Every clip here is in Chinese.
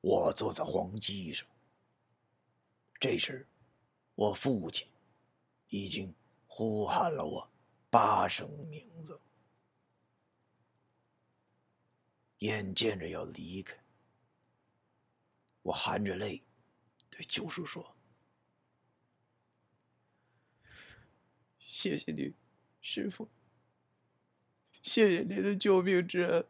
我坐在黄鸡上。这时，我父亲已经呼喊了我8声名字，眼见着要离开，我含着泪对九叔说：“ 谢谢您，师父，谢谢您的救命之恩。”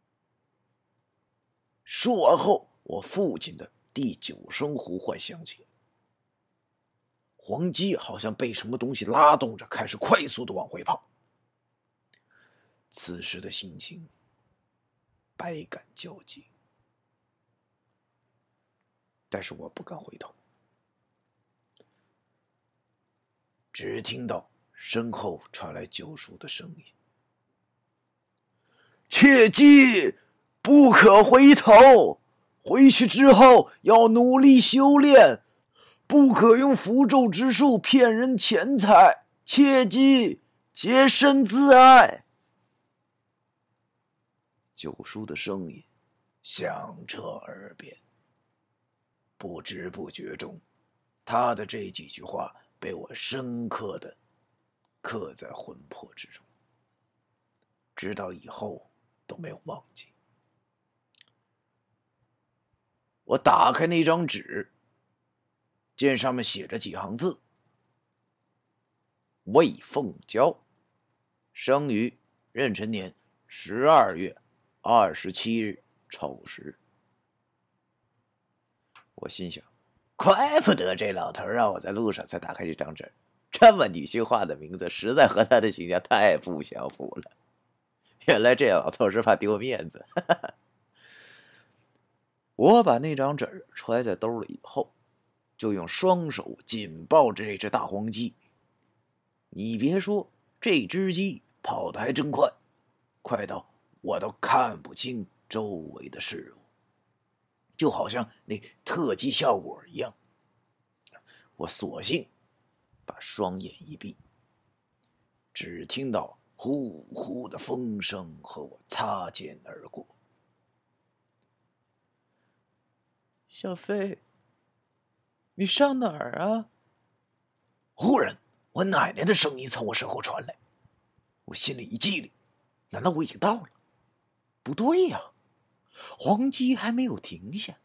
说完后，我父亲的第9声呼唤响起，黄鸡好像被什么东西拉动着，开始快速的往回跑。此时的心情百感交集，但是我不敢回头，只听到身后传来九叔的声音：“切记，不可回头！回去之后要努力修炼，不可用符咒之术骗人钱财，切记洁身自爱。”九叔的声音响彻耳边，不知不觉中，他的这几句话被我深刻的刻在魂魄之中，直到以后都没有忘记。我打开那张纸，见上面写着几行字：魏凤娇，生于壬辰年12月27日丑时。我心想，怪不得这老头让我在路上才打开这张纸，这么女性化的名字实在和他的形象太不相符了。原来这老头是怕丢面子。我把那张纸揣在兜里以后，就用双手紧抱着这只大黄鸡。你别说，这只鸡跑得还真快，快到我都看不清周围的事物，就好像那特技效果一样。我索性把双眼一闭，只听到呼呼的风声和我擦肩而过。 小飞，你上哪儿啊？ 忽然，我奶奶的声音从我身后传来，我心里一激灵，难道我已经到了？不对呀，黄鸡还没有停下。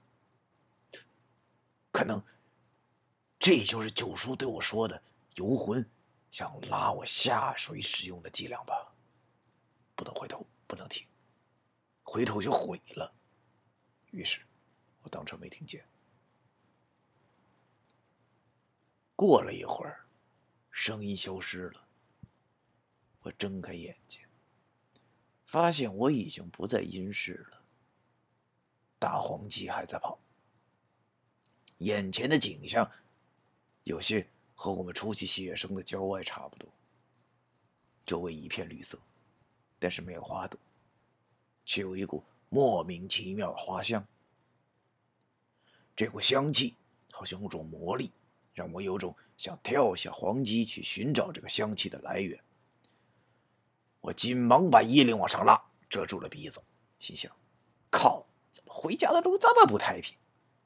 可能这就是九叔对我说的游魂想拉我下水使用的伎俩吧。不能回头，不能停，回头就毁了。于是我当成没听见。过了一会儿，声音消失了，我睁开眼睛，发现我已经不在阴室了，大黄鸡还在跑。眼前的景象有些和我们初期写生的郊外差不多，周围一片绿色，但是没有花朵，却有一股莫名其妙的花香。这股香气好像有种魔力，让我有种想跳下黄鸡去寻找这个香气的来源。我紧忙把衣领往上拉，遮住了鼻子，心想：靠，怎么回家的路这么不太平？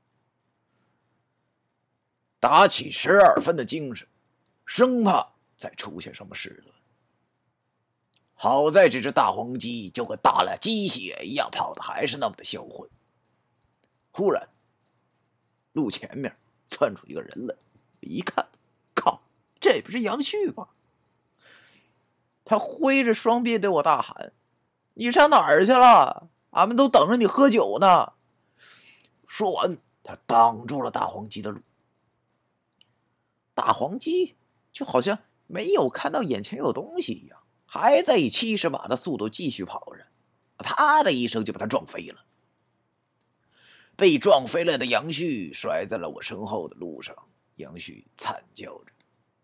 打起12分的精神，生怕再出现什么事了。好在这只大黄鸡就跟打了鸡血一样，跑的还是那么的销魂。忽然，路前面窜出一个人来，一看，靠，这不是杨旭吗？ 他挥着双臂对我大喊：“你上哪儿去了？俺们都等着你喝酒呢！” 说完，他挡住了大黄鸡的路。 大黄鸡就好像没有看到眼前有东西一样，还在以70码的速度继续跑着，啪的一声就把他撞飞了。 被撞飞了的杨旭摔在了我身后的路上，杨旭惨叫着：“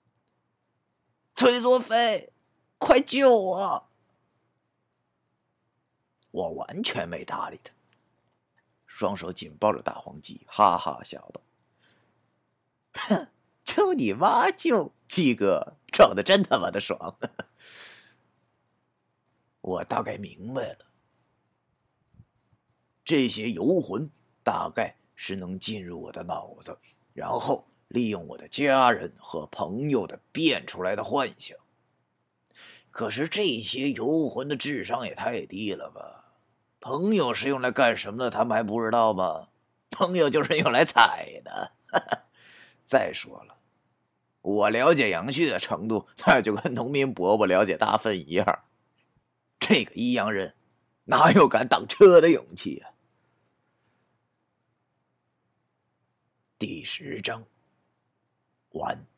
崔作飞，快救我！” 我完全没搭理他，双手紧抱着大黄鸡，哈哈笑道：“ 哼，救你妈救，鸡哥撞得真他妈的爽！” 我大概明白了，这些游魂大概是能进入我的脑子，然后利用我的家人和朋友的变出来的幻想。可是这些游魂的智商也太低了吧？朋友是用来干什么的，他们还不知道吗？朋友就是用来踩的。再说了，我了解杨旭的程度，那就跟农民伯伯了解大粪一样。这个阴阳人哪有敢挡车的勇气啊？第10章完。